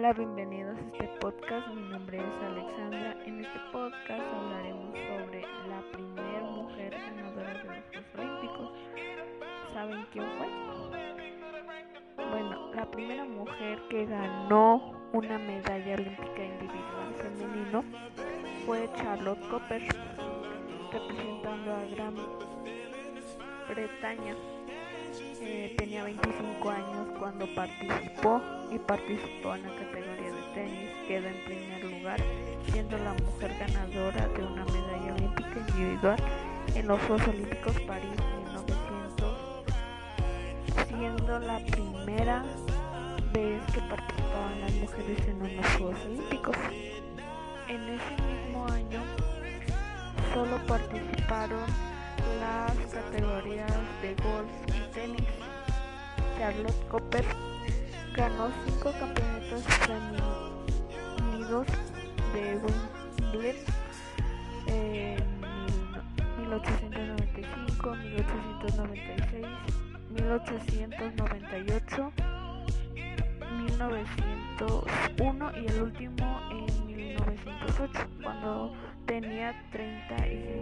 Hola, bienvenidos a este podcast. Mi nombre es Alexandra. En este podcast hablaremos sobre la primera mujer ganadora de los Juegos Olímpicos. ¿Saben quién fue? Bueno, la primera mujer que ganó una medalla olímpica individual femenino fue Charlotte Cooper, representando a Gran Bretaña. Tenía 25 años cuando participó en la categoría de tenis. Quedó en primer lugar, siendo la mujer ganadora de una medalla olímpica individual en los Juegos Olímpicos París 1900, siendo la primera vez que participaban las mujeres en unos Juegos Olímpicos. En ese mismo año solo participaron las categorías de golf y tenis. Charlotte Cooper ganó 5 campeonatos femeninos de Wimbledon en 1895, 1896, 1898, 1901 y el último en 1908, cuando tenía 37